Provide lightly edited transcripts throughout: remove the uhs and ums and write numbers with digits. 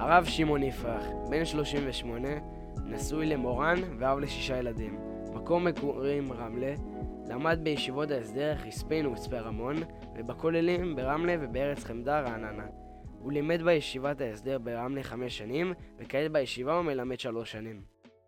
הרב שמעון יפרח, בן 38, נשוי למורן ואב ל6 ילדים. מקום מגורים רמלה, למד בישיבות ההסדר חיספין ומצפה רמון, ובכוללים ברמלה ובארץ חמדה רעננה. הוא לימד בישיבת ההסדר ברמלה 5 שנים, וכעת בישיבה הוא מלמד 3 שנים.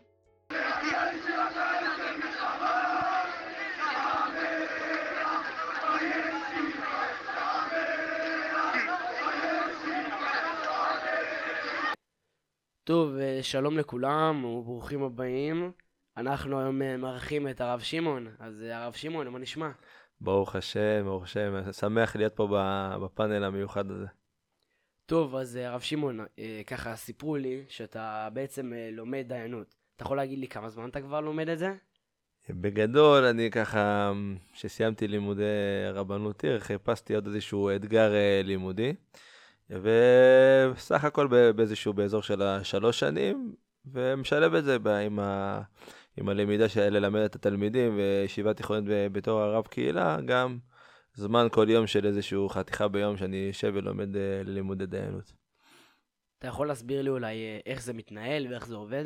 טוב, שלום לכולם וברוכים הבאים. אנחנו היום מארחים את הרב שמעון. אז הרב שמעון, מה נשמע? ברוך השם, ברוך השם. שמח להיות פה בפאנל המיוחד הזה. טוב, אז הרב שמעון, ככה סיפרו לי שאתה בעצם לומד דיינות. אתה יכול להגיד לי כמה זמן אתה כבר לומד את זה? בגדול, אני ככה, שסיימתי לימודי רבנות עיר, חיפשתי עוד איזשהו אתגר לימודי, וסך הכל באזור של 3 שנים, ומשלב את זה עם הלמידה של ללמד את התלמידים, וישיבה תיכונית בתור הרב קהילה, גם זמן כל יום של איזשהו חתיכה ביום שאני יושב ולומד לימודי דיינות. אתה יכול להסביר לי אולי איך זה מתנהל ואיך זה עובד?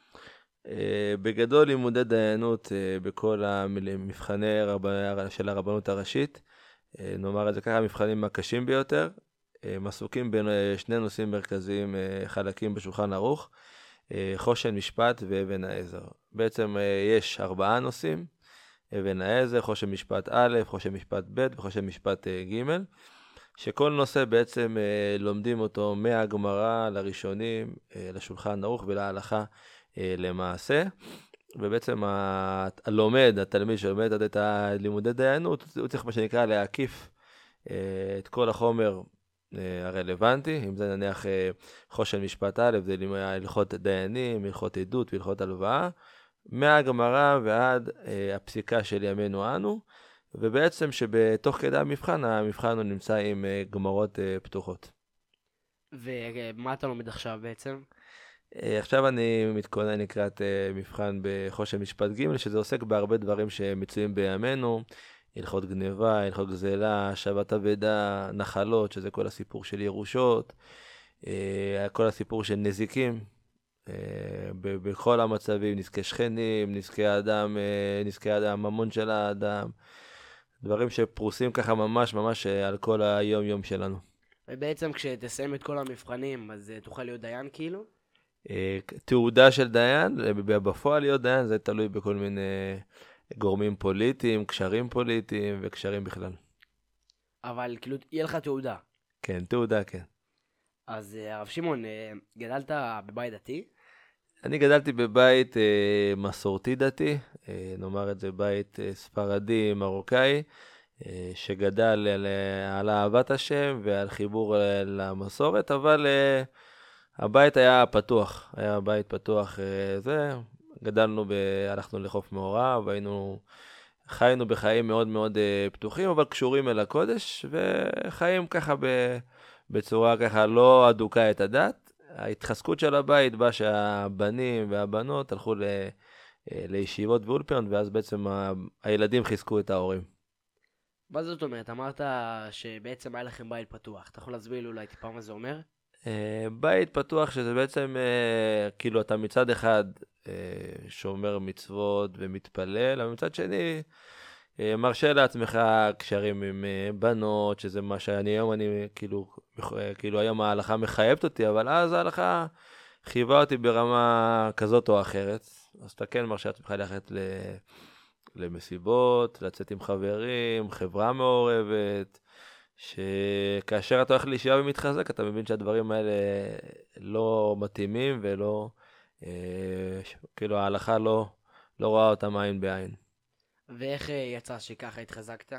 בגדול לימודי דיינות בכל המבחני של הרבנות הראשית, נאמר את זה ככה, המבחנים הקשים ביותר, עסוקים בין 2 נושאים מרכזיים חלקים בשולחן ערוך, חושן משפט ואבן העזר. בעצם יש 4 נושאים, אבן העזר, חושן משפט א', חושן משפט ב' וחושן משפט ג', שכל נושא בעצם לומדים אותו מהגמרא לראשונים, לשולחן ערוך ולהלכה למעשה, ובעצם התלמיד שלומד את הלימודי דיינות, הוא צריך מה שנקרא להקיף את כל החומר הרלוונטי, אם זה נניח חושן משפט א', זה הלכות דיינים, הלכות עדות והלכות הלוואה, מהגמרא ועד הפסיקה של ימינו אנו, ובעצם שבתוך כדי המבחן הוא נמצא עם גמרות פתוחות. ומה אתה לומד עכשיו בעצם? עכשיו אני מתכונן לקראת מבחן בחושן משפט ג', שזה עוסק בהרבה דברים שמצויים בימינו, הלכות גניבה, הלכות גזלה, השבת אבדה, נחלות, שזה כל הסיפור של ירושות, כל הסיפור של נזיקים, בכל המצבים, נזקי שכנים, נזקי אדם, ממון של האדם, דברים שפרוסים ככה ממש על כל היום יום שלנו. ובעצם כשתסיים את כל המבחנים, אז תוכל להיות דיין כאילו? תעודה של דיין, בפועל להיות דיין זה תלוי בכל מיני גורמים פוליטיים, קשרים פוליטיים וקשרים בכלל. אבל כאילו יהיה לך תעודה. כן, תעודה, כן. אז הרב שמעון, גדלת בבית דתי? אני גדלתי בבית מסורתי דתי, נאמר את זה בית ספרדי מרוקאי, שגדל על אהבת השם ועל חיבור למסורת, אבל הבית היה פתוח, היה בית פתוח, הלכנו לחוף מעורב, חיינו בחיים מאוד מאוד פתוחים, אבל קשורים אל הקודש, וחיים ככה בצורה ככה לא אדוקה את הדת. ההתחזקות של הבית בא שהבנים והבנות הלכו לישיבות ואולפנות, ואז בעצם הילדים חיזקו את ההורים. מה זאת אומרת? אמרת שבעצם היה לכם בית פתוח. אתה יכול להסביר לי אולי טיפה מה זה אומר? בית פתוח שזה בעצם כאילו אתה מצד אחד שומר מצוות ומתפלל, אבל מצד שני מרשה לעצמך קשרים עם בנות, שזה מה שאני כאילו היום ההלכה מחייבת אותי, אבל אז ההלכה חייבה אותי ברמה כזאת או אחרת, אז אתה כן מרשה לעצמך ללכת למסיבות, לצאת עם חברים, חברה מעורבת, שכאשר אתה הולך לישיבה ומתחזק, אתה מבין שהדברים האלה לא מתאימים ולא, כאילו ההלכה לא רואה אותם עין בעין. ואיך יצא שככה התחזקת?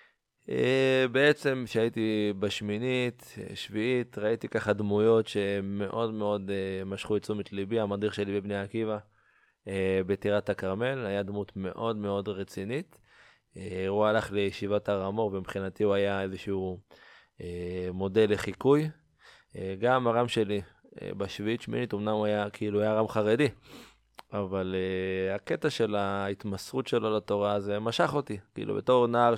בעצם שהייתי בשמינית, שביעית, ראיתי ככה דמויות שמאוד מאוד משכו את תשומת ליבי. המדריך שלי בבני עקיבא, בטירת הכרמל, היה דמות מאוד מאוד רצינית. הוא הלך לישיבת הר המור, ומבחינתי הוא היה איזשהו מודל לחיקוי. גם הרם שלי בשביעית שמינית, אמנם הוא היה רם חרדי, אבל הקטע של ההתמסרות שלו לתורה זה משך אותי, כאילו בתור נער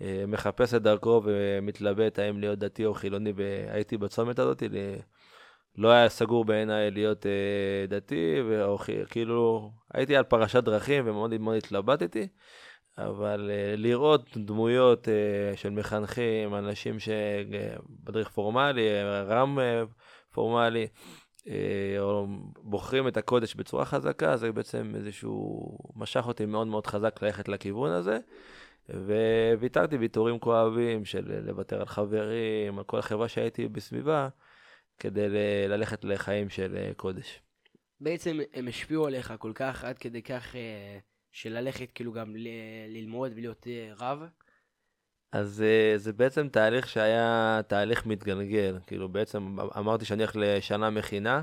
שמחפש את דרכו ומתלבט האם להיות דתי או חילוני, והייתי בצומת הזאת לא היה סגור בעיניי להיות דתי, כאילו הייתי על פרשת דרכים ומאוד מאוד התלבטתי, אבל לראות דמויות של מחנכים, אנשים שבדרך פורמלי, רם פורמלי, או בוחרים את הקודש בצורה חזקה, זה בעצם איזשהו משך אותי מאוד מאוד חזק ללכת לכיוון הזה, וויתרתי ויתורים כואבים של לוותר על חברים, על כל החברה שהייתי בסביבה, כדי ללכת לחיים של קודש. בעצם הם השפיעו עליך כל כך עד כדי כך של ללכת כאילו גם ללמוד ולהיות רב? אז זה בעצם תהליך שהיה תהליך מתגלגל, כאילו בעצם אמרתי שאני הולך לשנה מכינה,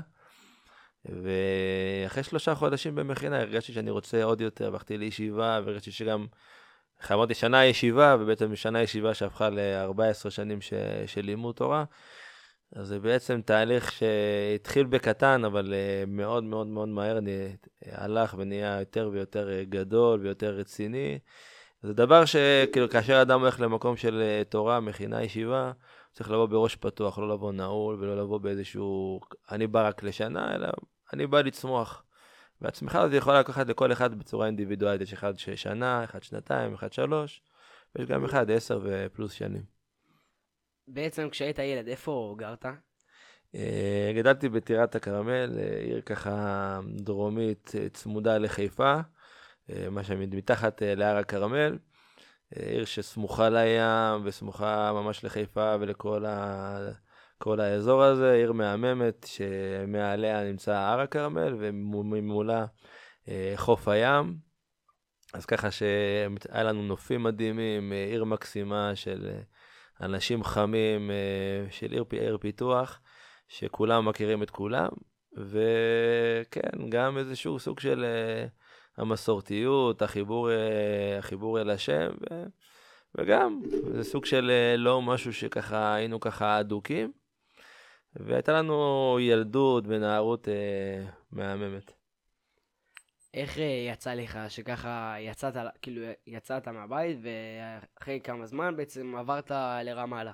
ואחרי 3 חודשים במכינה הרגשתי שאני רוצה עוד יותר, והלכתי לישיבה, והרגשתי שגם, אמרתי שנה ישיבה, ובעצם שנה ישיבה שהפכה ל14 שנים של לימוד תורה, אז זה בעצם תהליך שהתחיל בקטן, אבל מאוד מאוד מאוד מהר הלך ונהיה יותר ויותר גדול ויותר רציני. זה דבר שכאילו כאשר אדם הולך למקום של תורה, מכינה, ישיבה, צריך לבוא בראש פתוח, לא לבוא נעול ולא לבוא באיזשהו, אני בא רק לשנה, אלא אני בא לצמוח. והצמיחה הזאת יכולה לקחת לכל אחד בצורה אינדיבידואלית, יש אחד שנה, אחד שנתיים, אחד 3, ויש גם אחד 10 ופלוס שנים. בעצם כשהיית ילד, איפה גרת? גדלתי בטירת הכרמל, עיר ככה דרומית צמודה לחיפה, מה שמתחת להר הכרמל, עיר שסמוכה לים וסמוכה ממש לחיפה ולכל כל האזור הזה, עיר מהממת שמעליה נמצא הר הכרמל וממולה חוף הים, אז ככה שהיה לנו נופים מדהימים, עיר מקסימה של אנשים חמים, של עיר פיתוח, שכולם מכירים את כולם, וכן, גם איזשהו סוג של המסורתיות, החיבור אל השם, וגם זה סוג של לא משהו שככה היינו ככה אדוקים, והייתה לנו ילדות ונערות מהממת. איך יצא לך שככה יצאת מהבית ואחרי כמה זמן בעצם עברת לרמאללה?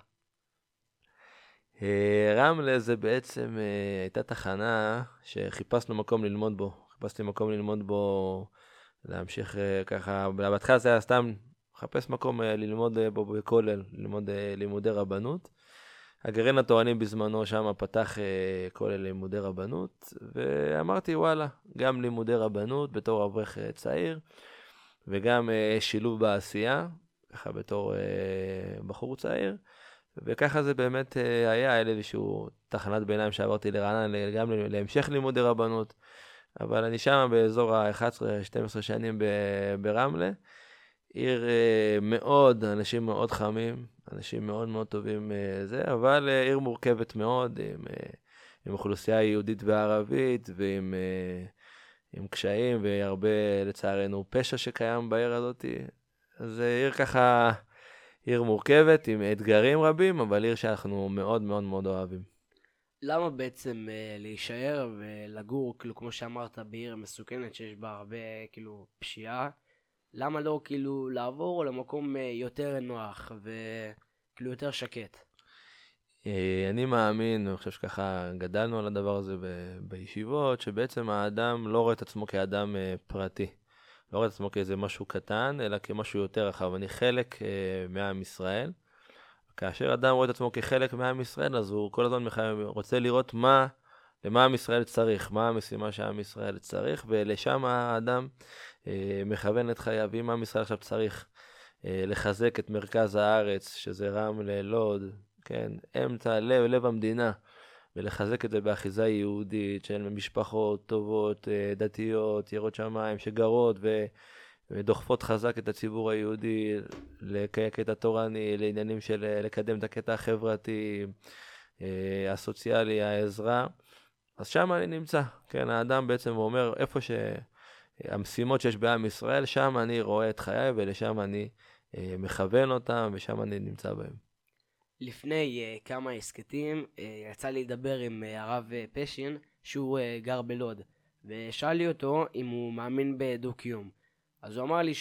רמלה זה בעצם הייתה תחנה שחיפשנו מקום ללמוד בו. חיפשתי מקום ללמוד בו, להמשיך ככה, בהתחלה זה היה סתם לחפש מקום ללמוד בו בכולל, ללמוד לימודי רבנות. הגרעין התורני בזמנו שם פתח כולל לימודי רבנות, ואמרתי וואלה, גם לימודי רבנות בתור אברך צעיר, וגם שילוב בעשייה, ככה בתור בחור צעיר, וככה זה באמת היה איזשהו תחנת ביניים שעברתי לרעננה, גם להמשך לימודי רבנות, אבל אני שם באזור ה-11-12 שנים ברמלה, עיר מאוד, אנשים מאוד חמים, אנשים מאוד מאוד טובים, אבל עיר מורכבת מאוד, עם אוכלוסייה יהודית וערבית, עם קשיים, והרבה לצערנו פשע שקיים בעיר הזאת. אז עיר ככה, עיר מורכבת, עם אתגרים רבים, אבל עיר שאנחנו מאוד מאוד מאוד אוהבים. למה בעצם להישאר ולגור, כאילו כמו שאמרת, בעיר מסוכנת שיש בה הרבה כאילו פשיעה? למה לא כאילו לעבור למקום יותר נוח וכאילו יותר שקט? אני מאמין, אני חושב שככה גדלנו על הדבר הזה בישיבות, שבעצם האדם לא רואה את עצמו כאדם פרטי. לא רואה את עצמו כאיזה משהו קטן, אלא כמשהו יותר רחב. אני חלק מעם ישראל. כאשר אדם רואה את עצמו כחלק מעם ישראל, אז הוא כל הזמן רוצה לראות למה עם ישראל צריך, מה המשימה שעם ישראל צריך, ולשם האדם מכוון את חייו. אם עם ישראל עכשיו צריך לחזק את מרכז הארץ, שזה רמלה, לוד, כן, אמצע לב המדינה, ולחזק את זה באחיזה יהודית של משפחות טובות, דתיות, יראות שמיים, שגרות ודוחפות חזק את הציבור היהודי לקטע תורני, לעניינים של לקדם את הקטע החברתי, הסוציאלי, העזרה. אז שם אני נמצא, כן, האדם בעצם אומר, איפה שהמשימות שיש בעם ישראל, שם אני רואה את חיי ולשם אני מכוון אותם ושם אני נמצא בהם. לפני כמה הסקטים יצא לי לדבר עם הרב פשין, שהוא גר בלוד, ושאל לי אותו אם הוא מאמין בדו-קיום. אז הוא אמר לי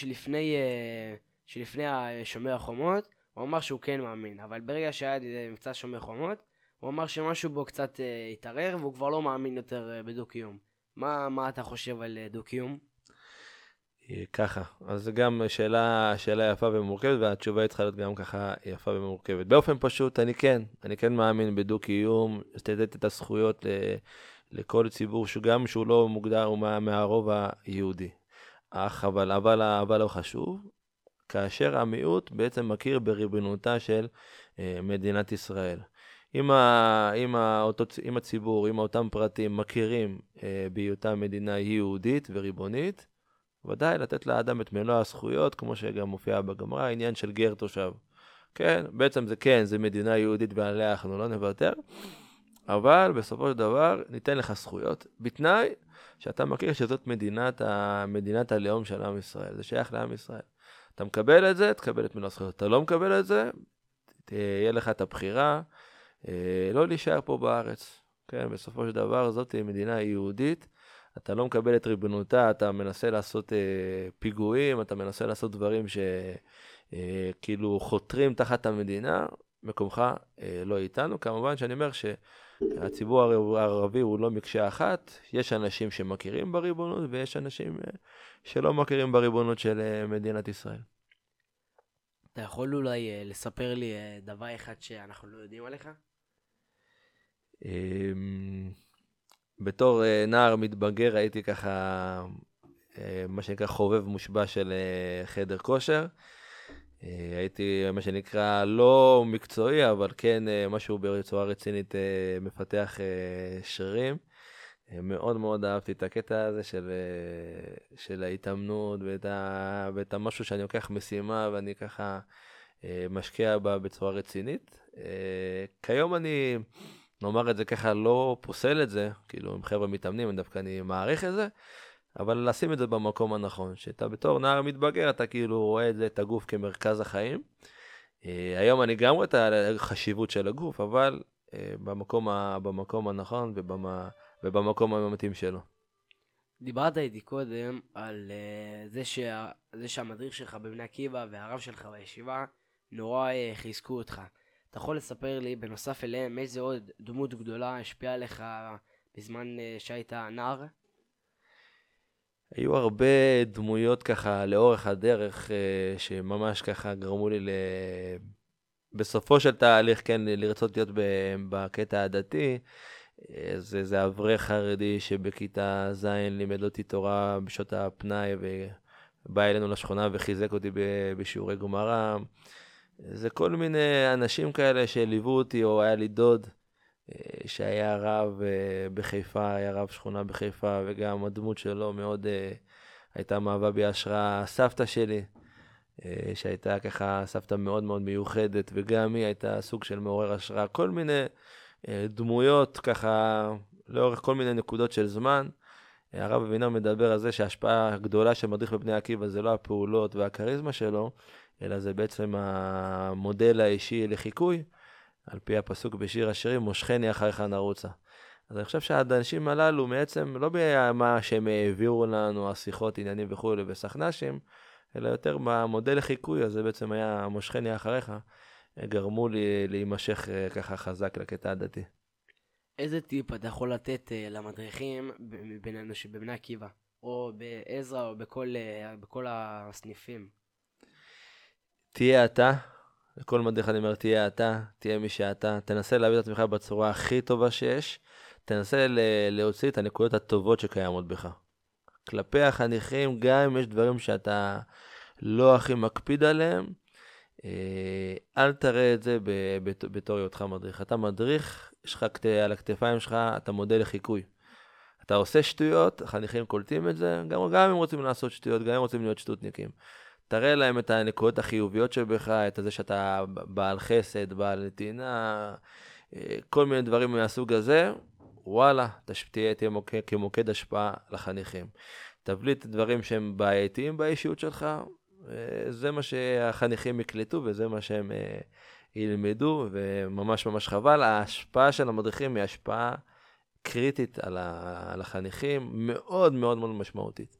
שלפני שומר החומות, הוא אמר שהוא כן מאמין, אבל ברגע שהיה מבצע שומר חומות, הוא אמר שמשהו בו קצת התערער, והוא כבר לא מאמין יותר בדו-קיום. מה אתה חושב על דו-קיום? ככה, אז זה גם שאלה יפה ומורכבת, והתשובה צריכה להיות גם ככה יפה ומורכבת. באופן פשוט, אני כן מאמין בדו-קיום, לתת את הזכויות לכל ציבור, שגם שהוא לא מוגדר הוא מהרוב היהודי. אבל הוא חשוב, כאשר המיעוט בעצם מכיר בריבונותה של מדינת ישראל. אם הציבור, אם אותם פרטים מכירים בהיותה מדינה יהודית וריבונית, ודאי לתת לאדם את מלוא הזכויות, כמו שגם מופיע בגמרא, העניין של גר תושב. כן, בעצם זה מדינה יהודית ועליה אנחנו לא נוותר, אבל בסופו של דבר ניתן לך זכויות, בתנאי שאתה מכיר שזאת מדינת הלאום של עם ישראל, זה שייך לעם ישראל. אתה מקבל את זה, תקבל את מלוא הזכויות. אתה לא מקבל את זה, תהיה לך את הבחירה, לא להישאר פה בארץ. כן, בסופו של דבר זאת מדינה יהודית, אתה לא מקבל את ריבונותה, אתה מנסה לעשות פיגועים, אתה מנסה לעשות דברים שכאילו חותרים תחת המדינה, מקומך לא איתנו. כמובן שאני אומר שהציבור הערבי הוא לא מקשה אחת, יש אנשים שמכירים בריבונות ויש אנשים שלא מכירים בריבונות של מדינת ישראל. אתה יכול אולי לספר לי דבר אחד שאנחנו לא יודעים עליך? בתור נער מתבגר הייתי ככה, מה שנקרא חובב מושבע של חדר כושר. הייתי מה שנקרא לא מקצועי, אבל כן משהו בצורה רצינית מפתח שרירים. מאוד מאוד אהבתי את הקטע הזה של ההתאמנות ואת המשהו שאני לוקח משימה ואני ככה משקיע בה בצורה רצינית. כיום אני, נאמר את זה ככה, לא פוסל את זה, כאילו עם חבר'ה מתאמנים, דווקא אני מעריך את זה, אבל לשים את זה במקום הנכון, שאתה בתור נער מתבגר, אתה כאילו רואה את הגוף כמרכז החיים. היום אני גם רואה את החשיבות של הגוף, אבל במקום הנכון ובמקום המתאים שלו. דיברת איתי קודם על זה שהמדריך שלך בבני עקיבא והרב שלך בישיבה נורא חיזקו אותך. אתה יכול לספר לי בנוסף אליהם איזה עוד דמות גדולה השפיעה עליך בזמן שהיית נער? היו הרבה דמויות ככה לאורך הדרך שממש ככה גרמו לי בסופו של תהליך כן לרצות להיות בקטע הדתי. זה אברך חרדי שבכיתה ז' לימד אותי תורה בשעות הפנאי ובא אלינו לשכונה וחיזק אותי בשיעורי גמרא. זה כל מיני אנשים כאלה שליוו אותי, או היה לי דוד שהיה רב בחיפה, היה רב שכונה בחיפה, וגם הדמות שלו מאוד הייתה מהווה בי השראה. סבתא שלי, שהייתה ככה סבתא מאוד מאוד מיוחדת, וגם היא הייתה סוג של מעורר השראה. כל מיני דמויות ככה לאורך כל מיני נקודות של זמן. הרב אבינר מדבר על זה שההשפעה הגדולה של מדריך בבני עקיבא זה לא הפעולות והכריזמה שלו, אלא זה בעצם המודל האישי לחיקוי, על פי הפסוק בשיר השירים, מושכני אחריך נרוצה. אז אני חושב שהאנשים הללו בעצם לא במה שהם העבירו לנו, השיחות, עניינים וכו' וסכנ"שים, אלא יותר במודל לחיקוי, אז זה בעצם היה מושכני אחריך, גרמו לי להימשך ככה חזק לקטע הדתי. איזה טיפ אתה יכול לתת למדריכים בינינו שבבני עקיבא, או בעזרא, או בכל הסניפים? תהיה אתה, לכל מדריך אני אומר, תהיה אתה, תהיה מי שאתה, תנסה להביא את עצמך בצורה הכי טובה שיש, תנסה להוציא את הנקודות הטובות שקיימות בך. כלפי החניכים, גם אם יש דברים שאתה לא הכי מקפיד עליהם, אל תראה את זה בתור היותך מדריך. אתה מדריך, יש לך על הכתפיים שלך, אתה מודל לחיקוי. אתה עושה שטויות, החניכים קולטים את זה, גם הם רוצים לעשות שטויות, גם הם רוצים להיות שטותניקים. תראה להם את הנקודות החיוביות שבך, את זה שאתה בעל חסד, בעל נתינה, כל מיני דברים מהסוג הזה, וואלה, תהיה כמוקד השפעה לחניכים. תבליט דברים שהם בעייתיים באישיות שלך, זה מה שהחניכים יקלטו וזה מה שהם ילמדו, וממש ממש חבל. ההשפעה של המדריכים היא השפעה קריטית על החניכים, מאוד מאוד מאוד משמעותית.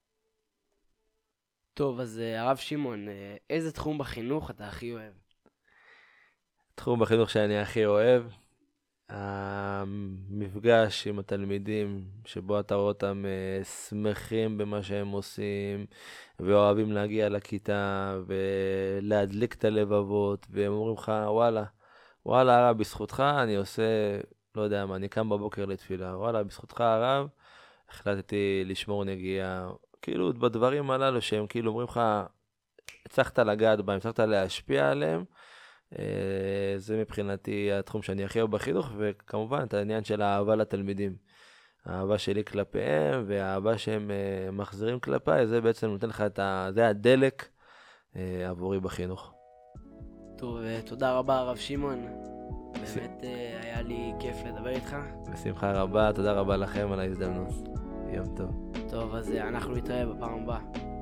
טוב, אז הרב שמעון, איזה תחום בחינוך אתה הכי אוהב? תחום בחינוך שאני הכי אוהב, המפגש עם התלמידים, שבו אתה רואה אותם שמחים במה שהם עושים, ואוהבים להגיע לכיתה, ולהדליק את הלבבות, והם אומרים לך, וואלה, וואלה, הרב, בזכותך אני עושה, לא יודע מה, אני קם בבוקר לתפילה, וואלה, בזכותך הרב, החלטתי לשמור נגיעה, כאילו בדברים הללו שהם כאילו אומרים לך, הצלחת לגעת בהם, הצלחת להשפיע עליהם, זה מבחינתי התחום שאני הכי אוהב בחינוך, וכמובן את העניין של האהבה לתלמידים. האהבה שלי כלפיהם, והאהבה שהם מחזירים כלפיי, זה בעצם נותן לך זה הדלק עבורי בחינוך. טוב, תודה רבה הרב שמעון. באמת היה לי כיף לדבר איתך. בשמחה רבה, תודה רבה לכם על ההזדמנות. יום טוב. טוב, אז אנחנו נתראה בפעם הבאה.